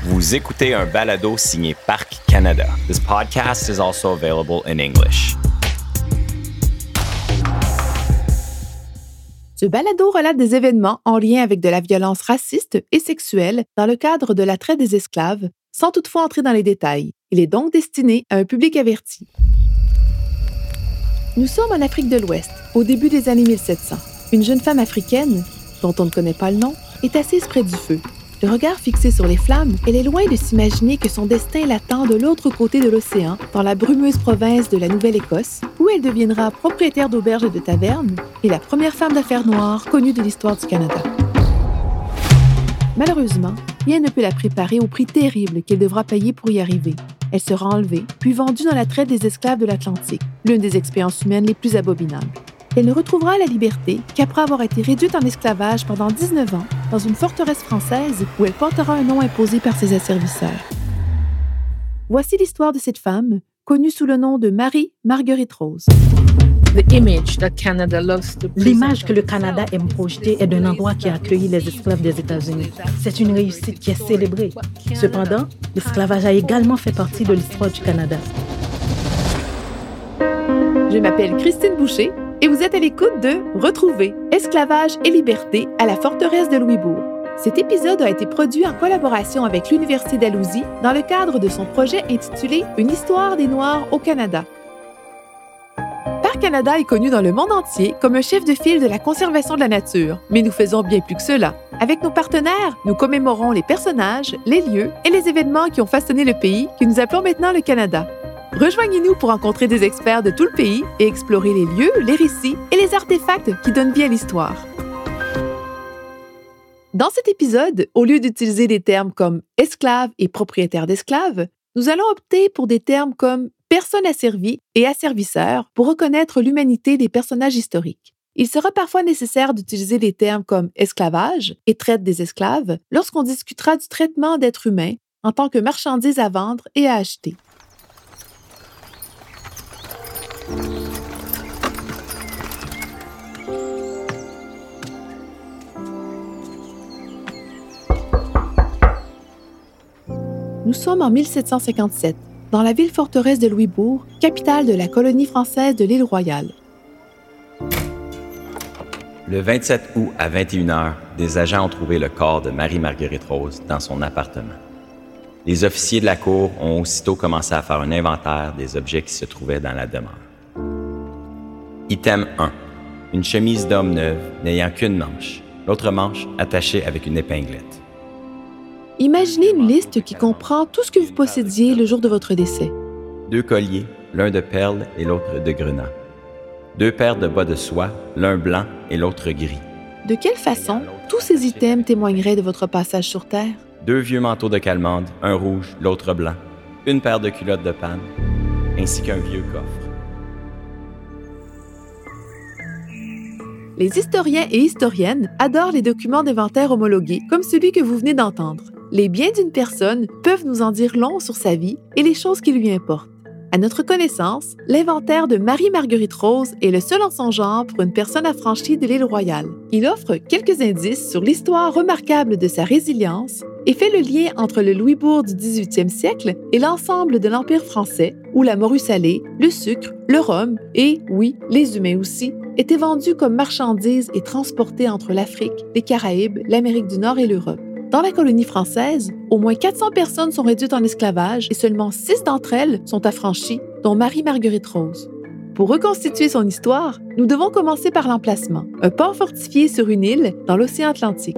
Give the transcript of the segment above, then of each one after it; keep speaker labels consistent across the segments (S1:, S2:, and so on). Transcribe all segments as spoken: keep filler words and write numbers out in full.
S1: Vous écoutez un balado signé Parc Canada. This podcast is also available in English.
S2: Ce balado relate des événements en lien avec de la violence raciste et sexuelle dans le cadre de la traite des esclaves, sans toutefois entrer dans les détails. Il est donc destiné à un public averti. Nous sommes en Afrique de l'Ouest, au début des années mille sept cents. Une jeune femme africaine, dont on ne connaît pas le nom, est assise près du feu. Le regard fixé sur les flammes, elle est loin de s'imaginer que son destin l'attend de l'autre côté de l'océan, dans la brumeuse province de la Nouvelle-Écosse, où elle deviendra propriétaire d'auberges et de tavernes et la première femme d'affaires noire connue de l'histoire du Canada. Malheureusement, rien ne peut la préparer au prix terrible qu'elle devra payer pour y arriver. Elle sera enlevée, puis vendue dans la traite des esclaves de l'Atlantique, l'une des expériences humaines les plus abominables. Elle ne retrouvera la liberté qu'après avoir été réduite en esclavage pendant dix-neuf ans dans une forteresse française où elle portera un nom imposé par ses asservisseurs. Voici l'histoire de cette femme, connue sous le nom de Marie-Marguerite Rose.
S3: L'image que le Canada aime projeter est d'un endroit qui a accueilli les esclaves des États-Unis. C'est une réussite qui est célébrée. Cependant, l'esclavage a également fait partie de l'histoire du Canada.
S2: Je m'appelle Christine Boucher et vous êtes à l'écoute de Retrouver esclavage et liberté à la forteresse de Louisbourg. Cet épisode a été produit en collaboration avec l'Université d'Alousie dans le cadre de son projet intitulé Une histoire des Noirs au Canada. Parc Canada est connu dans le monde entier comme un chef de file de la conservation de la nature, mais nous faisons bien plus que cela. Avec nos partenaires, nous commémorons les personnages, les lieux et les événements qui ont façonné le pays que nous appelons maintenant le Canada. Rejoignez-nous pour rencontrer des experts de tout le pays et explorer les lieux, les récits et les artefacts qui donnent vie à l'histoire. Dans cet épisode, au lieu d'utiliser des termes comme « esclave » et « propriétaire d'esclaves », nous allons opter pour des termes comme « personne asservie » et « asservisseur » pour reconnaître l'humanité des personnages historiques. Il sera parfois nécessaire d'utiliser des termes comme « esclavage » et « traite des esclaves » lorsqu'on discutera du traitement d'êtres humains en tant que marchandises à vendre et à acheter. Nous sommes en mille sept cent cinquante-sept, dans la ville-forteresse de Louisbourg, capitale de la colonie française de l'île Royale.
S1: Le vingt-sept août à vingt et une heures, des agents ont trouvé le corps de Marie-Marguerite Rose dans son appartement. Les officiers de la cour ont aussitôt commencé à faire un inventaire des objets qui se trouvaient dans la demeure. Item un. Une chemise d'homme neuve n'ayant qu'une manche, l'autre manche attachée avec une épinglette.
S2: Imaginez une liste qui comprend tout ce que vous possédiez le jour de votre décès.
S1: Deux colliers, l'un de perles et l'autre de grenat. Deux paires de bas de soie, l'un blanc et l'autre gris.
S2: De quelle façon tous ces items témoigneraient de votre passage sur Terre?
S1: Deux vieux manteaux de calmande, un rouge, l'autre blanc. Une paire de culottes de panne, ainsi qu'un vieux coffre.
S2: Les historiens et historiennes adorent les documents d'inventaire homologués comme celui que vous venez d'entendre. Les biens d'une personne peuvent nous en dire long sur sa vie et les choses qui lui importent. À notre connaissance, l'inventaire de Marie-Marguerite Rose est le seul en son genre pour une personne affranchie de l'île Royale. Il offre quelques indices sur l'histoire remarquable de sa résilience et fait le lien entre le Louisbourg du dix-huitième siècle et l'ensemble de l'Empire français, où la morue salée, le sucre, le rhum et, oui, les humains aussi, étaient vendus comme marchandises et transportés entre l'Afrique, les Caraïbes, l'Amérique du Nord et l'Europe. Dans la colonie française, au moins quatre cents personnes sont réduites en esclavage et seulement six d'entre elles sont affranchies, dont Marie-Marguerite Rose. Pour reconstituer son histoire, nous devons commencer par l'emplacement, un port fortifié sur une île dans l'océan Atlantique.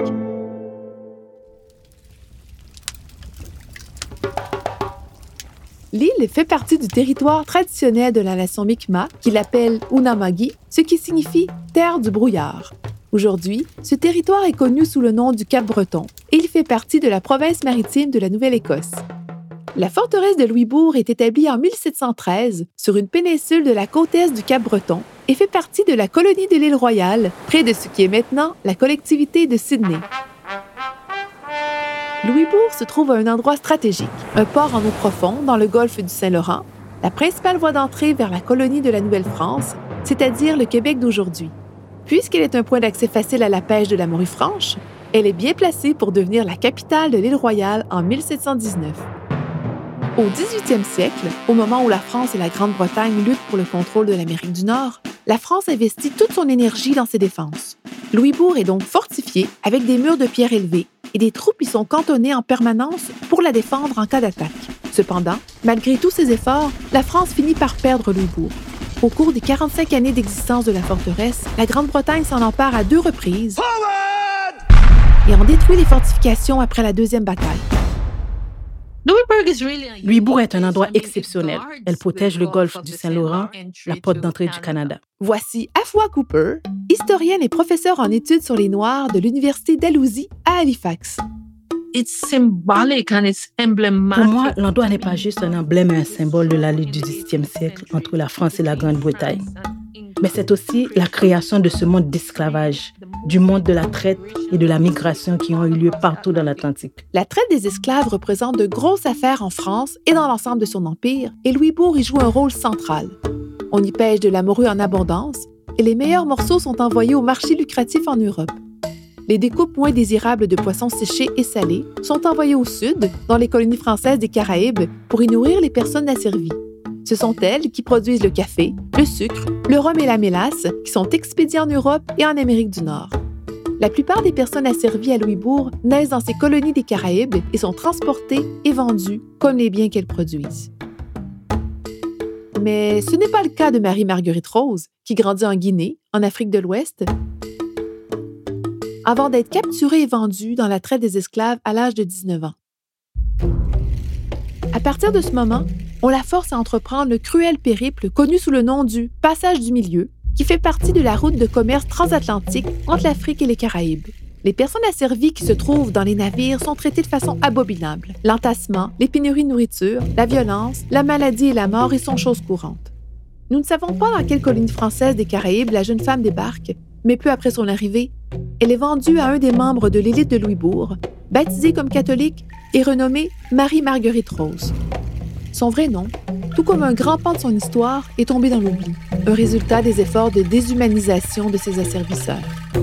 S2: L'île fait partie du territoire traditionnel de la nation Mi'kmaq, qu'il appelle Unama'ki, ce qui signifie « terre du brouillard ». Aujourd'hui, ce territoire est connu sous le nom du Cap-Breton et il fait partie de la province maritime de la Nouvelle-Écosse. La forteresse de Louisbourg est établie en mille sept cent treize sur une péninsule de la côte est du Cap-Breton et fait partie de la colonie de l'île Royale, près de ce qui est maintenant la collectivité de Sydney. Louisbourg se trouve à un endroit stratégique, un port en eau profonde dans le golfe du Saint-Laurent, la principale voie d'entrée vers la colonie de la Nouvelle-France, c'est-à-dire le Québec d'aujourd'hui. Puisqu'elle est un point d'accès facile à la pêche de la morue franche, Elle est bien placée pour devenir la capitale de l'île Royale en mille sept cent dix-neuf. Au dix-huitième siècle, au moment où la France et la Grande-Bretagne luttent pour le contrôle de l'Amérique du Nord, la France investit toute son énergie dans ses défenses. Louisbourg est donc fortifié avec des murs de pierre élevés et des troupes y sont cantonnées en permanence pour la défendre en cas d'attaque. Cependant, malgré tous ces efforts, la France finit par perdre Louisbourg. Au cours des quarante-cinq années d'existence de la forteresse, la Grande-Bretagne s'en empare à deux reprises et en détruit les fortifications après la deuxième bataille.
S3: Louisbourg est un endroit exceptionnel. Elle protège le golfe du Saint-Laurent, la porte d'entrée du Canada.
S2: Voici Afua Cooper, historienne et professeure en études sur les Noirs de l'Université Dalhousie à Halifax.
S3: Pour moi, l'endroit n'est pas juste un emblème et un symbole de la lutte du dix-huitième siècle entre la France et la Grande-Bretagne. Mais c'est aussi la création de ce monde d'esclavage, du monde de la traite et de la migration qui ont eu lieu partout dans l'Atlantique.
S2: La traite des esclaves représente de grosses affaires en France et dans l'ensemble de son empire, et Louisbourg y joue un rôle central. On y pêche de la morue en abondance, et les meilleurs morceaux sont envoyés au marché lucratif en Europe. Les découpes moins désirables de poissons séchés et salés sont envoyées au sud, dans les colonies françaises des Caraïbes, pour y nourrir les personnes asservies. Ce sont elles qui produisent le café, le sucre, le rhum et la mélasse qui sont expédiés en Europe et en Amérique du Nord. La plupart des personnes asservies à Louisbourg naissent dans ces colonies des Caraïbes et sont transportées et vendues comme les biens qu'elles produisent. Mais ce n'est pas le cas de Marie-Marguerite Rose, qui grandit en Guinée, en Afrique de l'Ouest, avant d'être capturée et vendue dans la traite des esclaves à l'âge de dix-neuf ans. À partir de ce moment, on la force à entreprendre le cruel périple connu sous le nom du « Passage du Milieu », qui fait partie de la route de commerce transatlantique entre l'Afrique et les Caraïbes. Les personnes asservies qui se trouvent dans les navires sont traitées de façon abominable. L'entassement, les pénuries de nourriture, la violence, la maladie et la mort y sont choses courantes. Nous ne savons pas dans quelle colonie française des Caraïbes la jeune femme débarque, mais peu après son arrivée, elle est vendue à un des membres de l'élite de Louisbourg, baptisée comme catholique et renommée Marie-Marguerite Rose. Son vrai nom, tout comme un grand pan de son histoire, est tombé dans l'oubli, un résultat des efforts de déshumanisation de ses asservisseurs.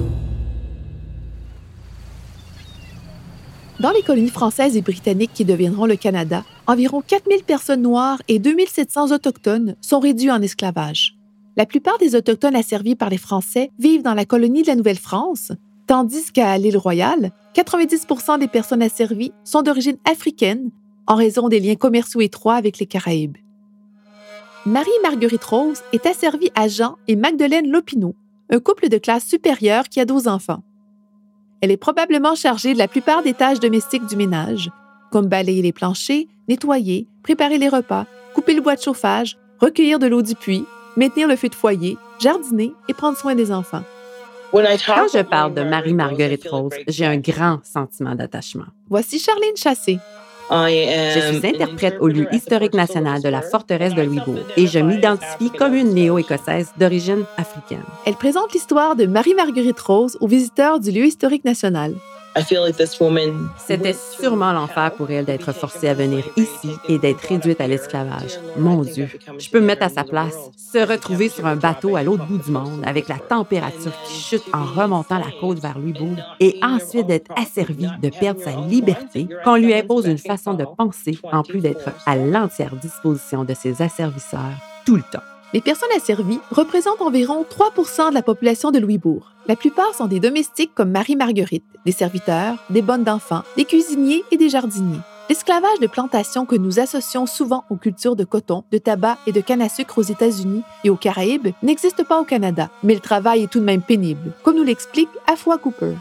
S2: Dans les colonies françaises et britanniques qui deviendront le Canada, environ quatre mille personnes noires et deux mille sept cents autochtones sont réduits en esclavage. La plupart des Autochtones asservis par les Français vivent dans la colonie de la Nouvelle-France, tandis qu'à l'île Royale, quatre-vingt-dix pour cent des personnes asservies sont d'origine africaine en raison des liens commerciaux étroits avec les Caraïbes. Marie-Marguerite Rose est asservie à Jean et Magdeleine Lopineau, un couple de classe supérieure qui a douze enfants. Elle est probablement chargée de la plupart des tâches domestiques du ménage, comme balayer les planchers, nettoyer, préparer les repas, couper le bois de chauffage, recueillir de l'eau du puits, maintenir le feu de foyer, jardiner et prendre soin des enfants.
S4: Quand je parle de Marie-Marguerite Rose, j'ai un grand sentiment d'attachement.
S2: Voici Charlene Chassé.
S4: Je suis interprète au lieu historique national de la forteresse de Louisbourg et je m'identifie comme une néo-écossaise d'origine africaine.
S2: Elle présente l'histoire de Marie-Marguerite Rose aux visiteurs du lieu historique national.
S4: C'était sûrement l'enfer pour elle d'être forcée à venir ici et d'être réduite à l'esclavage. Mon Dieu, je peux me mettre à sa place. Se retrouver sur un bateau à l'autre bout du monde avec la température qui chute en remontant la côte vers Louisbourg et ensuite d'être asservie de perdre sa liberté, qu'on lui impose une façon de penser en plus d'être à l'entière disposition de ses asservisseurs tout le temps.
S2: Les personnes asservies représentent environ trois pour cent de la population de Louisbourg. La plupart sont des domestiques comme Marie-Marguerite, des serviteurs, des bonnes d'enfants, des cuisiniers et des jardiniers. L'esclavage de plantation que nous associons souvent aux cultures de coton, de tabac et de canne à sucre aux États-Unis et aux Caraïbes n'existe pas au Canada, mais le travail est tout de même pénible, comme nous l'explique Afua Cooper.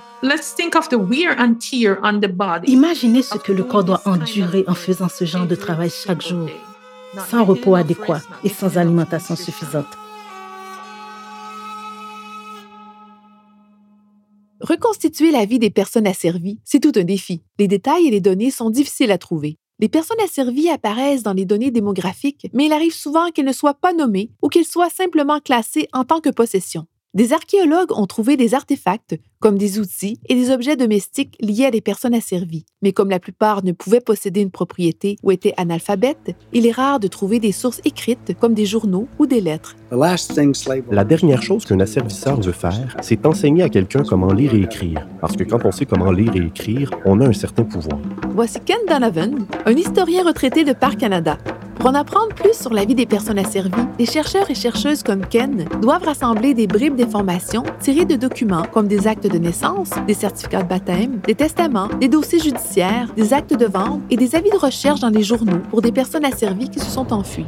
S3: Imaginez ce que le corps doit endurer en faisant ce genre de travail chaque jour, sans repos adéquat et sans alimentation suffisante.
S2: Reconstituer la vie des personnes asservies, c'est tout un défi. Les détails et les données sont difficiles à trouver. Les personnes asservies apparaissent dans les données démographiques, mais il arrive souvent qu'elles ne soient pas nommées ou qu'elles soient simplement classées en tant que possession. Des archéologues ont trouvé des artefacts, comme des outils et des objets domestiques liés à des personnes asservies. Mais comme la plupart ne pouvaient posséder une propriété ou étaient analphabètes, il est rare de trouver des sources écrites comme des journaux ou des lettres.
S5: La dernière chose qu'un asservisseur veut faire, c'est enseigner à quelqu'un comment lire et écrire. Parce que quand on sait comment lire et écrire, on a un certain pouvoir.
S2: Voici Ken Donovan, un historien retraité de Parc Canada. Pour en apprendre plus sur la vie des personnes asservies, les chercheurs et chercheuses comme Ken doivent rassembler des bribes d'informations tirées de documents comme des actes de naissance, des certificats de baptême, des testaments, des dossiers judiciaires, des actes de vente et des avis de recherche dans les journaux pour des personnes asservies qui se sont enfuies.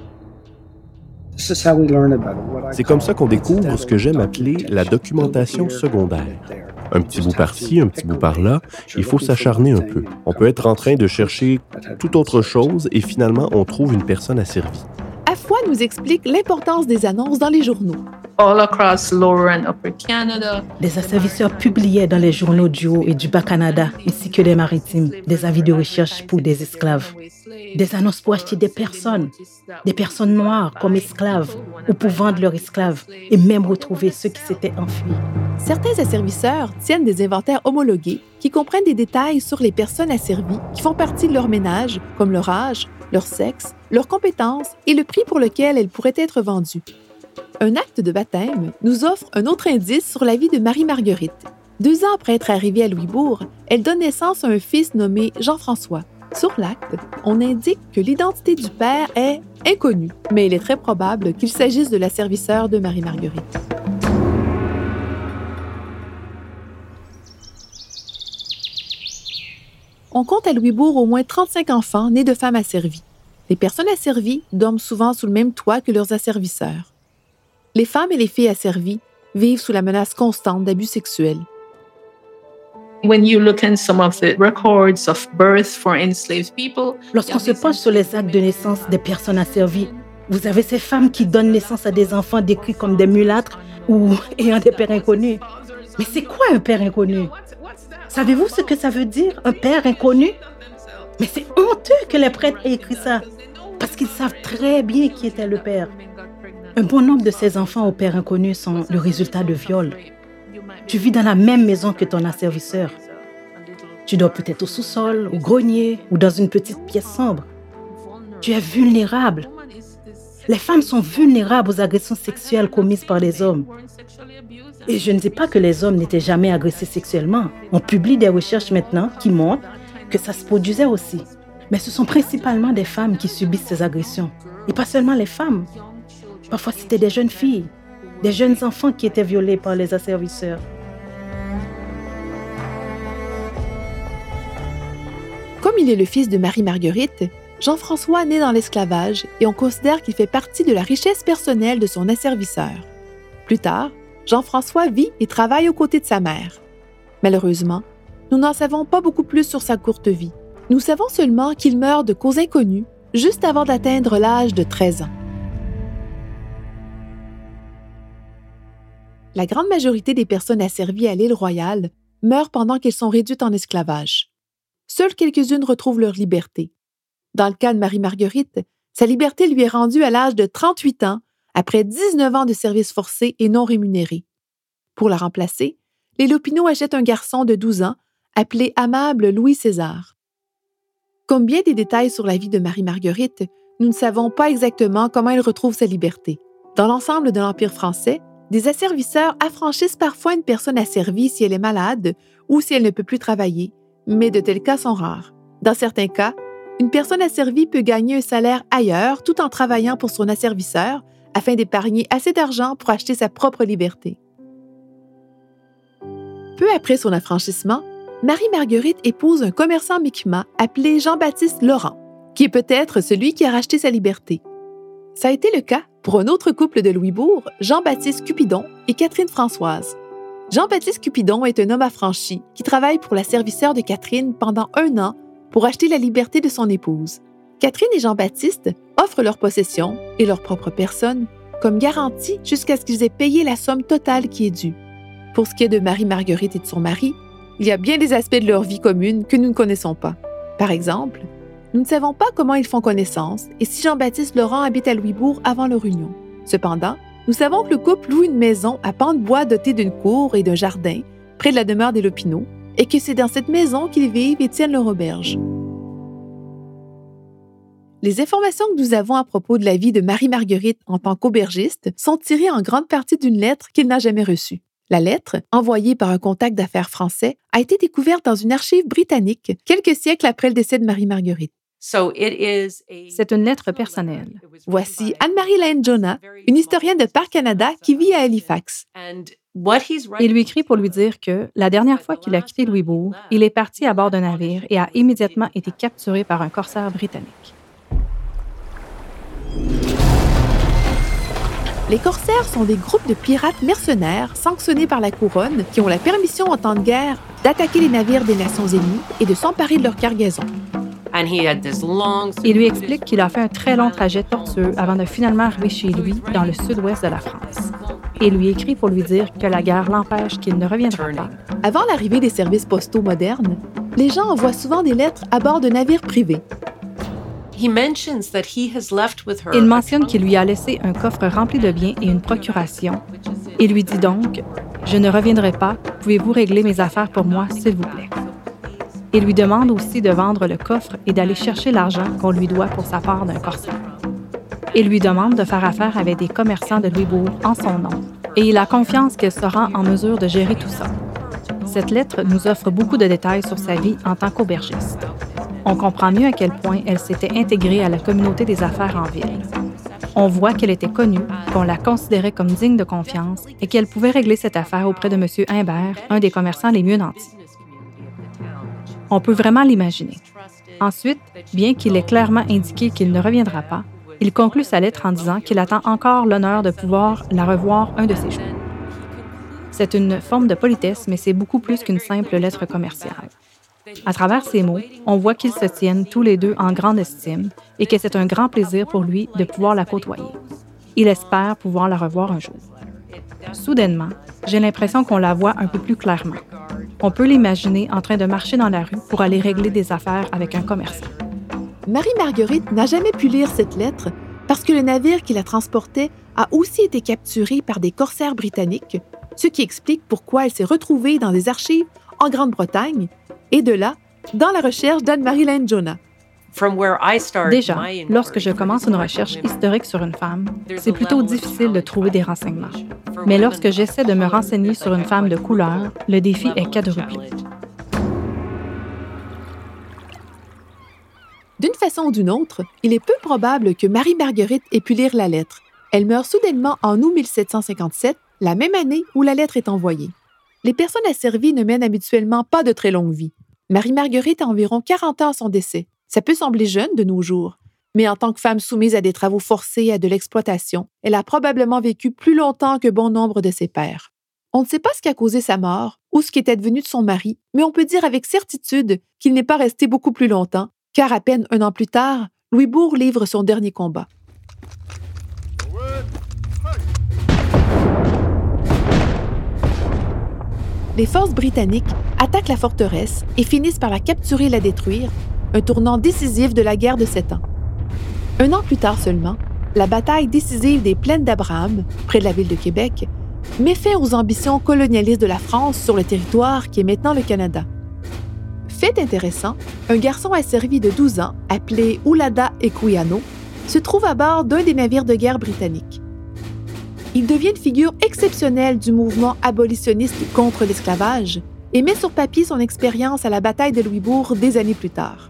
S5: C'est comme ça qu'on découvre ce que j'aime appeler la documentation secondaire. Un petit bout par-ci, un petit bout par-là, il faut s'acharner un peu. On peut être en train de chercher toute autre chose et finalement, on trouve une personne asservie.
S2: Afua nous explique l'importance des annonces dans les journaux.
S6: All across Lower and Upper Canada.
S3: Les asservisseurs publiaient dans les journaux du Haut et du Bas Canada, ainsi que des maritimes, des avis de recherche pour des esclaves. Des annonces pour acheter des personnes, des personnes noires comme esclaves, ou pour vendre leurs esclaves, et même retrouver ceux qui s'étaient enfuis.
S2: Certains asservisseurs tiennent des inventaires homologués qui comprennent des détails sur les personnes asservies qui font partie de leur ménage, comme leur âge, leur sexe, leurs compétences et le prix pour lequel elles pourraient être vendues. Un acte de baptême nous offre un autre indice sur la vie de Marie-Marguerite. Deux ans après être arrivée à Louisbourg, elle donne naissance à un fils nommé Jean-François. Sur l'acte, on indique que l'identité du père est inconnue, mais il est très probable qu'il s'agisse de l'asservisseur de Marie-Marguerite. On compte à Louisbourg au moins trente-cinq enfants nés de femmes asservies. Les personnes asservies dorment souvent sous le même toit que leurs asservisseurs. Les femmes et les filles asservies vivent sous la menace constante d'abus sexuels.
S3: Lorsqu'on se penche sur les actes de naissance des personnes asservies, vous avez ces femmes qui donnent naissance à des enfants décrits comme des mulâtres ou ayant des pères inconnus. Mais c'est quoi un père inconnu? Savez-vous ce que ça veut dire, un père inconnu? Mais c'est honteux que les prêtres aient écrit ça, parce qu'ils savent très bien qui était le père. Un bon nombre de ces enfants au père inconnu sont le résultat de viols. Tu vis dans la même maison que ton asservisseur. Tu dors peut-être au sous-sol, au grenier ou dans une petite pièce sombre. Tu es vulnérable. Les femmes sont vulnérables aux agressions sexuelles commises par les hommes. Et je ne dis pas que les hommes n'étaient jamais agressés sexuellement. On publie des recherches maintenant qui montrent que ça se produisait aussi. Mais ce sont principalement des femmes qui subissent ces agressions. Et pas seulement les femmes. Parfois, c'était des jeunes filles, des jeunes enfants qui étaient violés par les asservisseurs.
S2: Comme il est le fils de Marie-Marguerite, Jean-François naît dans l'esclavage et on considère qu'il fait partie de la richesse personnelle de son asservisseur. Plus tard, Jean-François vit et travaille aux côtés de sa mère. Malheureusement, nous n'en savons pas beaucoup plus sur sa courte vie. Nous savons seulement qu'il meurt de cause inconnue juste avant d'atteindre l'âge de treize ans. La grande majorité des personnes asservies à l'île Royale meurent pendant qu'elles sont réduites en esclavage. Seules quelques-unes retrouvent leur liberté. Dans le cas de Marie-Marguerite, sa liberté lui est rendue à l'âge de trente-huit ans, après dix-neuf ans de service forcé et non rémunéré. Pour la remplacer, les Lopineau achètent un garçon de douze ans, appelé Amable Louis César. Comme bien des détails sur la vie de Marie-Marguerite, nous ne savons pas exactement comment elle retrouve sa liberté. Dans l'ensemble de l'Empire français, des asservisseurs affranchissent parfois une personne asservie si elle est malade ou si elle ne peut plus travailler, mais de tels cas sont rares. Dans certains cas, une personne asservie peut gagner un salaire ailleurs tout en travaillant pour son asservisseur afin d'épargner assez d'argent pour acheter sa propre liberté. Peu après son affranchissement, Marie-Marguerite épouse un commerçant Mi'kmaq appelé Jean-Baptiste Laurent, qui est peut-être celui qui a racheté sa liberté. Ça a été le cas pour un autre couple de Louisbourg, Jean-Baptiste Cupidon et Catherine Françoise. Jean-Baptiste Cupidon est un homme affranchi qui travaille pour la servisseur de Catherine pendant un an pour acheter la liberté de son épouse. Catherine et Jean-Baptiste offrent leurs possessions et leur propre personne comme garantie jusqu'à ce qu'ils aient payé la somme totale qui est due. Pour ce qui est de Marie-Marguerite et de son mari, il y a bien des aspects de leur vie commune que nous ne connaissons pas. Par exemple, nous ne savons pas comment ils font connaissance et si Jean-Baptiste Laurent habite à Louisbourg avant leur union. Cependant, nous savons que le couple loue une maison à pans de bois dotée d'une cour et d'un jardin, près de la demeure des Lopinot, et que c'est dans cette maison qu'ils vivent et tiennent leur auberge. Les informations que nous avons à propos de la vie de Marie-Marguerite en tant qu'aubergiste sont tirées en grande partie d'une lettre qu'il n'a jamais reçue. La lettre, envoyée par un contact d'affaires français, a été découverte dans une archive britannique quelques siècles après le décès de Marie-Marguerite.
S3: C'est une lettre personnelle.
S2: Voici Anne-Marie Lane Jonah, une historienne de Parc Canada qui vit à Halifax.
S3: Il lui écrit pour lui dire que, la dernière fois qu'il a quitté Louisbourg, il est parti à bord d'un navire et a immédiatement été capturé par un corsaire britannique.
S2: Les corsaires sont des groupes de pirates mercenaires sanctionnés par la couronne qui ont la permission en temps de guerre d'attaquer les navires des nations ennemies et de s'emparer de leur cargaison.
S3: Il lui explique qu'il a fait un très long trajet tortueux avant de finalement arriver chez lui dans le sud-ouest de la France. Et lui écrit pour lui dire que la guerre l'empêche qu'il ne reviendra pas.
S2: Avant l'arrivée des services postaux modernes, les gens envoient souvent des lettres à bord de navires privés.
S3: Il mentionne qu'il lui a laissé un coffre rempli de biens et une procuration, et lui dit donc « Je ne reviendrai pas, pouvez-vous régler mes affaires pour moi, s'il vous plaît ?» Il lui demande aussi de vendre le coffre et d'aller chercher l'argent qu'on lui doit pour sa part d'un corsaire. Il lui demande de faire affaire avec des commerçants de Louisbourg en son nom, et il a confiance qu'elle sera en mesure de gérer tout ça. Cette lettre nous offre beaucoup de détails sur sa vie en tant qu'aubergiste. On comprend mieux à quel point elle s'était intégrée à la communauté des affaires en ville. On voit qu'elle était connue, qu'on la considérait comme digne de confiance et qu'elle pouvait régler cette affaire auprès de M. Imbert, un des commerçants les mieux nantis. On peut vraiment l'imaginer. Ensuite, bien qu'il ait clairement indiqué qu'il ne reviendra pas, il conclut sa lettre en disant qu'il attend encore l'honneur de pouvoir la revoir un de ces jours. C'est une forme de politesse, mais c'est beaucoup plus qu'une simple lettre commerciale. À travers ces mots, on voit qu'ils se tiennent tous les deux en grande estime et que c'est un grand plaisir pour lui de pouvoir la côtoyer. Il espère pouvoir la revoir un jour. Soudainement, j'ai l'impression qu'on la voit un peu plus clairement. On peut l'imaginer en train de marcher dans la rue pour aller régler des affaires avec un commerçant.
S2: Marie-Marguerite n'a jamais pu lire cette lettre parce que le navire qui la transportait a aussi été capturé par des corsaires britanniques, ce qui explique pourquoi elle s'est retrouvée dans des archives en Grande-Bretagne et de là, dans la recherche d'Anne-Marie Lane Jonah.
S3: Déjà, lorsque je commence une recherche historique sur une femme, c'est plutôt difficile de trouver des renseignements. Mais lorsque j'essaie de me renseigner sur une femme de couleur, le défi est quadruplé.
S2: D'une façon ou d'une autre, il est peu probable que Marie-Marguerite ait pu lire la lettre. Elle meurt soudainement en août mille sept cent cinquante-sept, la même année où la lettre est envoyée. Les personnes asservies ne mènent habituellement pas de très longue vie. Marie-Marguerite a environ quarante ans à son décès. Ça peut sembler jeune de nos jours, mais en tant que femme soumise à des travaux forcés et à de l'exploitation, elle a probablement vécu plus longtemps que bon nombre de ses pairs. On ne sait pas ce qui a causé sa mort ou ce qui est advenu de son mari, mais on peut dire avec certitude qu'il n'est pas resté beaucoup plus longtemps, car à peine un an plus tard, Louisbourg livre son dernier combat. Les forces britanniques attaquent la forteresse et finissent par la capturer et la détruire, un tournant décisif de la guerre de Sept Ans. Un an plus tard seulement, la bataille décisive des Plaines d'Abraham, près de la ville de Québec, met fin aux ambitions colonialistes de la France sur le territoire qui est maintenant le Canada. Fait intéressant, un garçon asservi de douze ans, appelé Oulada Equiano, se trouve à bord d'un des navires de guerre britanniques. Il devient une figure exceptionnelle du mouvement abolitionniste contre l'esclavage et met sur papier son expérience à la bataille de Louisbourg des années plus tard.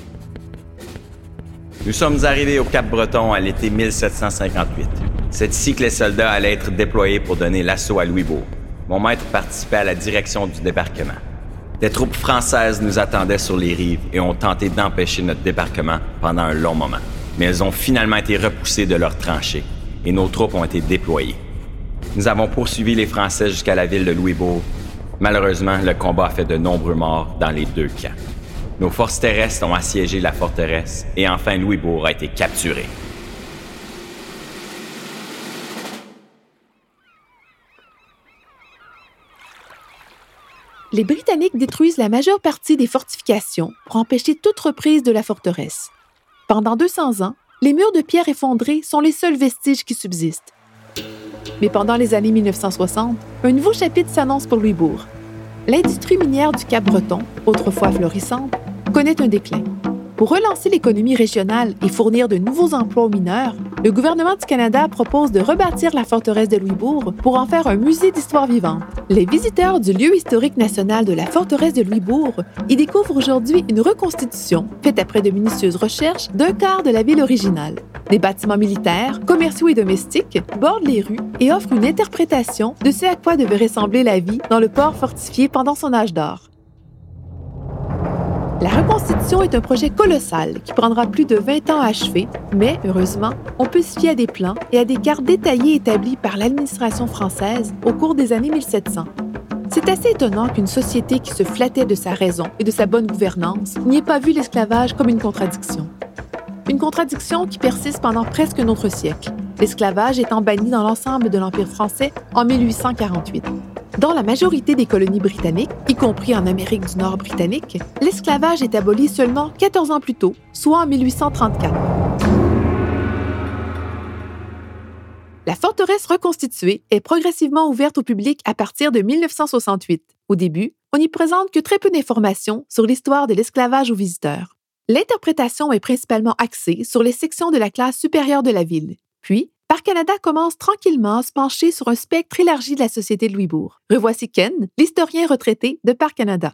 S1: Nous sommes arrivés au Cap-Breton à l'été mille sept cent cinquante-huit. C'est ici que les soldats allaient être déployés pour donner l'assaut à Louisbourg. Mon maître participait à la direction du débarquement. Des troupes françaises nous attendaient sur les rives et ont tenté d'empêcher notre débarquement pendant un long moment. Mais elles ont finalement été repoussées de leurs tranchées et nos troupes ont été déployées. Nous avons poursuivi les Français jusqu'à la ville de Louisbourg. Malheureusement, le combat a fait de nombreux morts dans les deux camps. Nos forces terrestres ont assiégé la forteresse et enfin Louisbourg a été capturé.
S2: Les Britanniques détruisent la majeure partie des fortifications pour empêcher toute reprise de la forteresse. Pendant deux cents ans, les murs de pierre effondrés sont les seuls vestiges qui subsistent. Mais pendant les années mille neuf cent soixante, un nouveau chapitre s'annonce pour Louisbourg. L'industrie minière du Cap-Breton, autrefois florissante, connaît un déclin. Pour relancer l'économie régionale et fournir de nouveaux emplois aux mineurs, le gouvernement du Canada propose de rebâtir la forteresse de Louisbourg pour en faire un musée d'histoire vivante. Les visiteurs du lieu historique national de la forteresse de Louisbourg y découvrent aujourd'hui une reconstitution, faite après de minutieuses recherches, d'un quart de la ville originale. Des bâtiments militaires, commerciaux et domestiques bordent les rues et offrent une interprétation de ce à quoi devait ressembler la vie dans le port fortifié pendant son âge d'or. La reconstitution est un projet colossal qui prendra plus de vingt ans à achever, mais, heureusement, on peut se fier à des plans et à des cartes détaillées établies par l'administration française au cours des années mille sept cents. C'est assez étonnant qu'une société qui se flattait de sa raison et de sa bonne gouvernance n'y ait pas vu l'esclavage comme une contradiction. Une contradiction qui persiste pendant presque un autre siècle, l'esclavage étant banni dans l'ensemble de l'Empire français en mille huit cent quarante-huit. Dans la majorité des colonies britanniques, y compris en Amérique du Nord britannique, l'esclavage est aboli seulement quatorze ans plus tôt, soit en mille huit cent trente-quatre. La forteresse reconstituée est progressivement ouverte au public à partir de mille neuf cent soixante-huit. Au début, on n'y présente que très peu d'informations sur l'histoire de l'esclavage aux visiteurs. L'interprétation est principalement axée sur les sections de la classe supérieure de la ville. Puis, Parc Canada commence tranquillement à se pencher sur un spectre élargi de la société de Louisbourg. Revoici Ken, l'historien retraité de Parc Canada.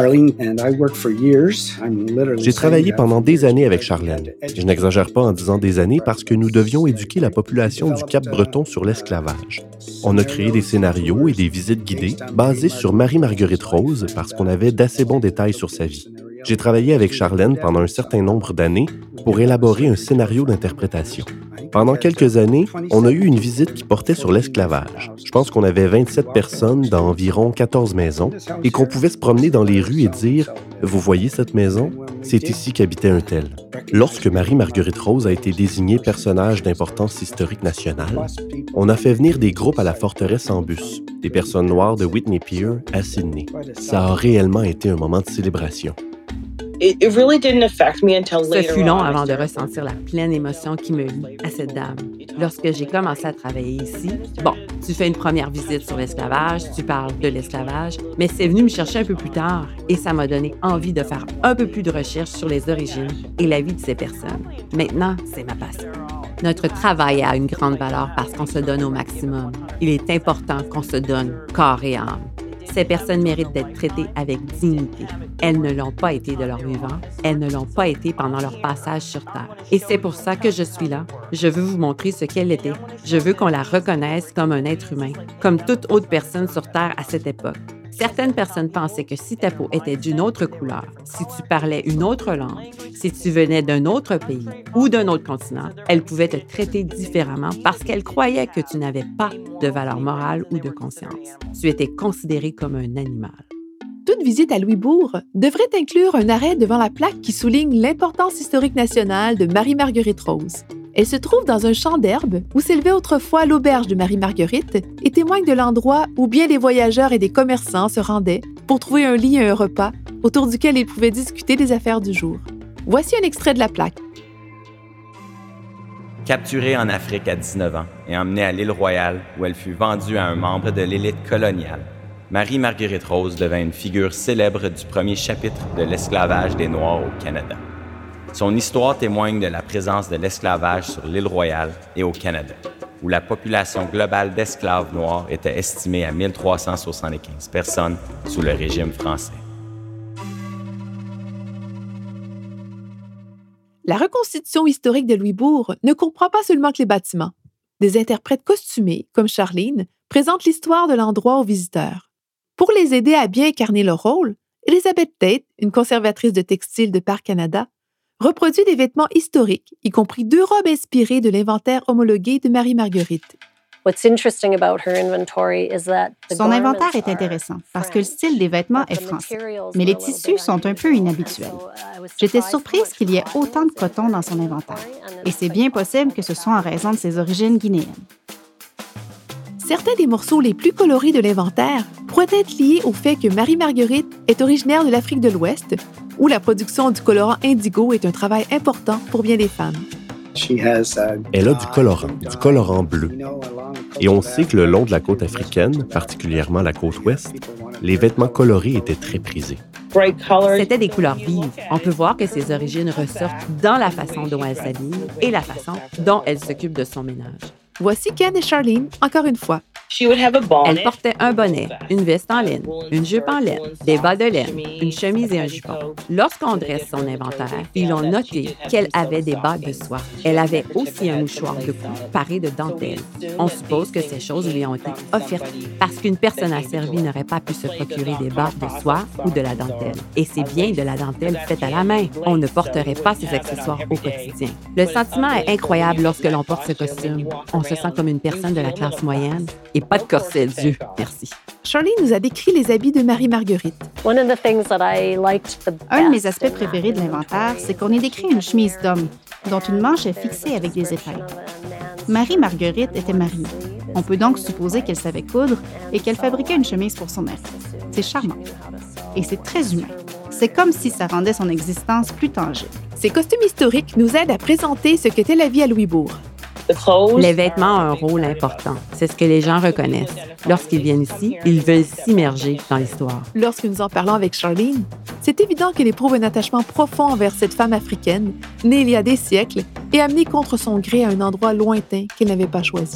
S5: J'ai travaillé pendant des années avec Charlène. Je n'exagère pas en disant des années parce que nous devions éduquer la population du Cap-Breton sur l'esclavage. On a créé des scénarios et des visites guidées basées sur Marie-Marguerite Rose parce qu'on avait d'assez bons détails sur sa vie. J'ai travaillé avec Charlène pendant un certain nombre d'années pour élaborer un scénario d'interprétation. Pendant quelques années, on a eu une visite qui portait sur l'esclavage. Je pense qu'on avait vingt-sept personnes dans environ quatorze maisons et qu'on pouvait se promener dans les rues et dire « Vous voyez cette maison? C'est ici qu'habitait un tel. » Lorsque Marie-Marguerite Rose a été désignée personnage d'importance historique nationale, on a fait venir des groupes à la forteresse en bus, des personnes noires de Whitney Pier à Sydney. Ça a réellement été un moment de célébration.
S4: Ce fut long avant de ressentir la pleine émotion qui me lie à cette dame. Lorsque j'ai commencé à travailler ici, bon, tu fais une première visite sur l'esclavage, tu parles de l'esclavage, mais c'est venu me chercher un peu plus tard et ça m'a donné envie de faire un peu plus de recherche sur les origines et la vie de ces personnes. Maintenant, c'est ma passion. Notre travail a une grande valeur parce qu'on se donne au maximum. Il est important qu'on se donne corps et âme. Ces personnes méritent d'être traitées avec dignité. Elles ne l'ont pas été de leur vivant, elles ne l'ont pas été pendant leur passage sur Terre. Et c'est pour ça que je suis là. Je veux vous montrer ce qu'elle était. Je veux qu'on la reconnaisse comme un être humain, comme toute autre personne sur Terre à cette époque. Certaines personnes pensaient que si ta peau était d'une autre couleur, si tu parlais une autre langue, si tu venais d'un autre pays ou d'un autre continent, elles pouvaient te traiter différemment parce qu'elles croyaient que tu n'avais pas de valeur morale ou de conscience. Tu étais considéré comme un animal.
S2: Toute visite à Louisbourg devrait inclure un arrêt devant la plaque qui souligne l'importance historique nationale de Marie-Marguerite Rose. Elle se trouve dans un champ d'herbe où s'élevait autrefois l'auberge de Marie-Marguerite et témoigne de l'endroit où bien des voyageurs et des commerçants se rendaient pour trouver un lit et un repas autour duquel ils pouvaient discuter des affaires du jour. Voici un extrait de la plaque.
S1: Capturée en Afrique à dix-neuf ans et emmenée à l'île Royale où elle fut vendue à un membre de l'élite coloniale, Marie-Marguerite Rose devint une figure célèbre du premier chapitre de l'esclavage des Noirs au Canada. Son histoire témoigne de la présence de l'esclavage sur l'île Royale et au Canada, où la population globale d'esclaves noirs était estimée à mille trois cent soixante-quinze personnes sous le régime français.
S2: La reconstitution historique de Louisbourg ne comprend pas seulement que les bâtiments. Des interprètes costumés, comme Charlene, présentent l'histoire de l'endroit aux visiteurs. Pour les aider à bien incarner leur rôle, Elisabeth Tate, une conservatrice de textiles de Parc Canada, reproduit des vêtements historiques, y compris deux robes inspirées de l'inventaire homologué de Marie-Marguerite.
S7: Son inventaire est intéressant parce que le style des vêtements est français, mais les tissus sont un peu inhabituels. J'étais surprise qu'il y ait autant de coton dans son inventaire, et c'est bien possible que ce soit en raison de ses origines guinéennes.
S2: Certains des morceaux les plus colorés de l'inventaire pourraient être liés au fait que Marie-Marguerite est originaire de l'Afrique de l'Ouest, où la production du colorant indigo est un travail important pour bien des femmes.
S5: Elle a du colorant, du colorant bleu. Et on sait que le long de la côte africaine, particulièrement la côte ouest, les vêtements colorés étaient très prisés.
S4: C'était des couleurs vives. On peut voir que ses origines ressortent dans la façon dont elle s'habille et la façon dont elle s'occupe de son ménage.
S2: Voici Ken et Charlene, encore une fois.
S4: Elle portait un bonnet, une veste en laine, une jupe en laine, des bas de laine, une chemise et un jupon. Lorsqu'on dresse son inventaire, ils ont noté qu'elle avait des bas de soie. Elle avait aussi un mouchoir de cou paré de dentelle. On suppose que ces choses lui ont été offertes parce qu'une personne asservie n'aurait pas pu se procurer des bas de soie ou de la dentelle. Et c'est bien de la dentelle faite à la main. On ne porterait pas ces accessoires au quotidien. Le sentiment est incroyable lorsque l'on porte ce costume. On se sent comme une personne de la classe moyenne. Et pas de corset, Dieu. Merci.
S2: Charlene nous a décrit les habits de Marie-Marguerite.
S7: Un de mes aspects préférés de l'inventaire, c'est qu'on y décrit une chemise d'homme, dont une manche est fixée avec des épingles. Marie-Marguerite était mariée. On peut donc supposer qu'elle savait coudre et qu'elle fabriquait une chemise pour son mari. C'est charmant. Et c'est très humain. C'est comme si ça rendait son existence plus tangible.
S2: Ces costumes historiques nous aident à présenter ce qu'était la vie à Louisbourg.
S4: Les vêtements ont un rôle important. C'est ce que les gens reconnaissent. Lorsqu'ils viennent ici, ils veulent s'immerger dans l'histoire.
S2: Lorsque nous en parlons avec Charlene, c'est évident qu'elle éprouve un attachement profond envers cette femme africaine, née il y a des siècles et amenée contre son gré à un endroit lointain qu'elle n'avait pas choisi.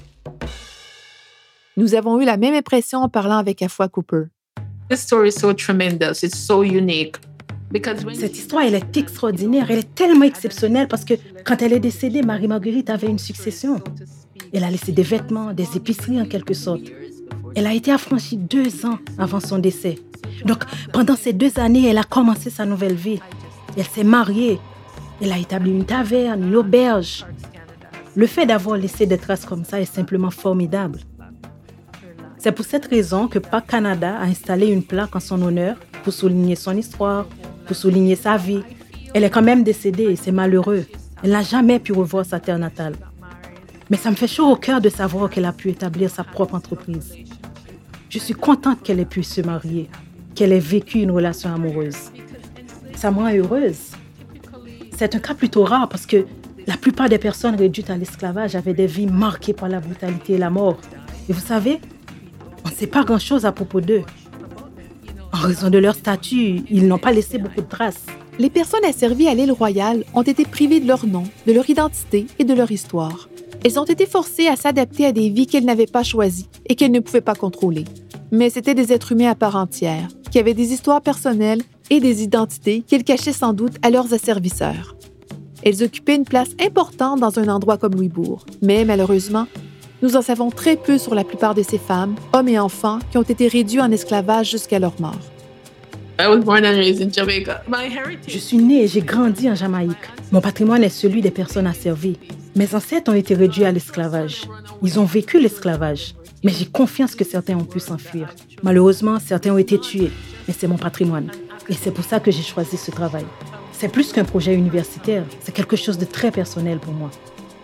S2: Nous avons eu la même impression en parlant avec Afua Cooper.
S6: This story is so tremendous. It's so unique.
S3: Cette histoire, elle est extraordinaire, elle est tellement exceptionnelle parce que quand elle est décédée, Marie-Marguerite avait une succession. Elle a laissé des vêtements, des épiceries en quelque sorte. Elle a été affranchie deux ans avant son décès. Donc, pendant ces deux années, elle a commencé sa nouvelle vie. Elle s'est mariée. Elle a établi une taverne, une auberge. Le fait d'avoir laissé des traces comme ça est simplement formidable. C'est pour cette raison que Parc Canada a installé une plaque en son honneur pour souligner son histoire, pour souligner sa vie. Elle est quand même décédée et c'est malheureux. Elle n'a jamais pu revoir sa terre natale. Mais ça me fait chaud au cœur de savoir qu'elle a pu établir sa propre entreprise. Je suis contente qu'elle ait pu se marier, qu'elle ait vécu une relation amoureuse. Ça me rend heureuse. C'est un cas plutôt rare parce que la plupart des personnes réduites à l'esclavage avaient des vies marquées par la brutalité et la mort. Et vous savez, on ne sait pas grand-chose à propos d'eux. En raison de leur statut, ils n'ont pas laissé beaucoup de traces.
S2: Les personnes asservies à l'île Royale ont été privées de leur nom, de leur identité et de leur histoire. Elles ont été forcées à s'adapter à des vies qu'elles n'avaient pas choisies et qu'elles ne pouvaient pas contrôler. Mais c'étaient des êtres humains à part entière, qui avaient des histoires personnelles et des identités qu'elles cachaient sans doute à leurs asservisseurs. Elles occupaient une place importante dans un endroit comme Louisbourg, mais malheureusement, nous en savons très peu sur la plupart de ces femmes, hommes et enfants, qui ont été réduits en esclavage jusqu'à leur mort.
S3: Je suis née et j'ai grandi en Jamaïque. Mon patrimoine est celui des personnes asservies. Mes ancêtres ont été réduits à l'esclavage. Ils ont vécu l'esclavage, mais j'ai confiance que certains ont pu s'enfuir. Malheureusement, certains ont été tués, mais c'est mon patrimoine. Et c'est pour ça que j'ai choisi ce travail. C'est plus qu'un projet universitaire, c'est quelque chose de très personnel pour moi.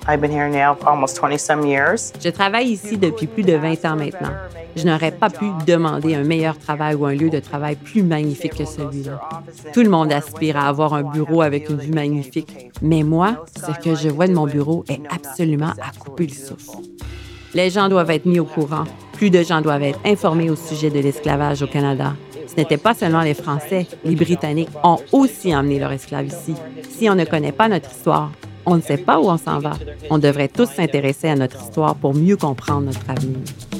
S4: Je travaille ici depuis plus de vingt ans maintenant. Je n'aurais pas pu demander un meilleur travail ou un lieu de travail plus magnifique que celui-là. Tout le monde aspire à avoir un bureau avec une vue magnifique. Mais moi, ce que je vois de mon bureau est absolument à couper le souffle. Les gens doivent être mis au courant. Plus de gens doivent être informés au sujet de l'esclavage au Canada. Ce n'était pas seulement les Français. Les Britanniques ont aussi emmené leurs esclaves ici. Si on ne connaît pas notre histoire, on ne sait pas où on s'en va. On devrait tous s'intéresser à notre histoire pour mieux comprendre notre avenir.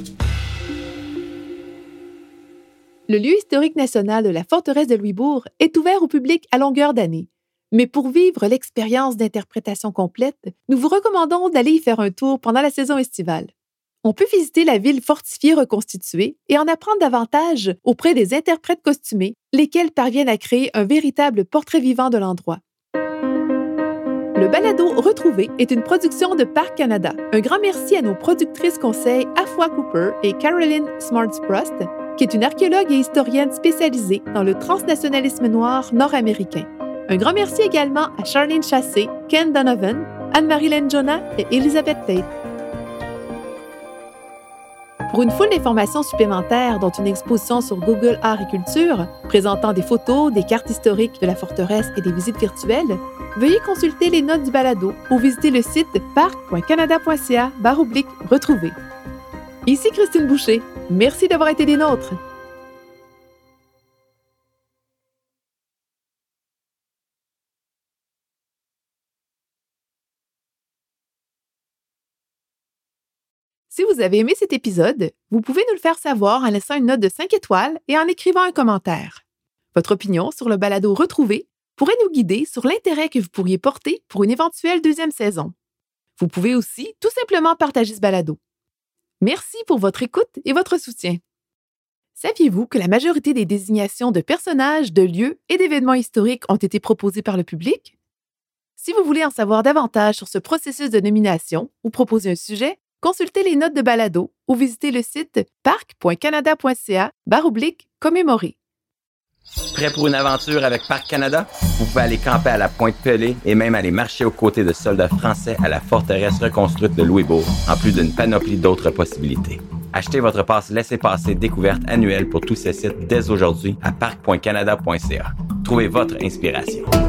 S2: Le lieu historique national de la forteresse de Louisbourg est ouvert au public à longueur d'année. Mais pour vivre l'expérience d'interprétation complète, nous vous recommandons d'aller y faire un tour pendant la saison estivale. On peut visiter la ville fortifiée reconstituée et en apprendre davantage auprès des interprètes costumés, lesquels parviennent à créer un véritable portrait vivant de l'endroit. Le balado Retrouvé est une production de Parc Canada. Un grand merci à nos productrices conseils Afua Cooper et Caroline Smarts-Prost, qui est une archéologue et historienne spécialisée dans le transnationalisme noir nord-américain. Un grand merci également à Charlene Chassé, Ken Donovan, Anne-Marie Lenjona et Elizabeth Tate. Pour une foule d'informations supplémentaires, dont une exposition sur Google Art et Culture, présentant des photos, des cartes historiques de la forteresse et des visites virtuelles, veuillez consulter les notes du balado ou visiter le site parc point canada point c a barre oblique retrouver. Ici Christine Boucher. Merci d'avoir été des nôtres. Si vous avez aimé cet épisode, vous pouvez nous le faire savoir en laissant une note de cinq étoiles et en écrivant un commentaire. Votre opinion sur le balado Retrouvé pourrait nous guider sur l'intérêt que vous pourriez porter pour une éventuelle deuxième saison. Vous pouvez aussi tout simplement partager ce balado. Merci pour votre écoute et votre soutien. Saviez-vous que la majorité des désignations de personnages, de lieux et d'événements historiques ont été proposées par le public? Si vous voulez en savoir davantage sur ce processus de nomination ou proposer un sujet, consultez les notes de balado ou visitez le site parc point canada point c a barre oblique commémorer.
S1: Prêt pour une aventure avec Parc Canada? Vous pouvez aller camper à la Pointe Pelée et même aller marcher aux côtés de soldats français à la forteresse reconstruite de Louisbourg, en plus d'une panoplie d'autres possibilités. Achetez votre passe laissez-passer découverte annuelle pour tous ces sites dès aujourd'hui à parc point canada point c a. Trouvez votre inspiration.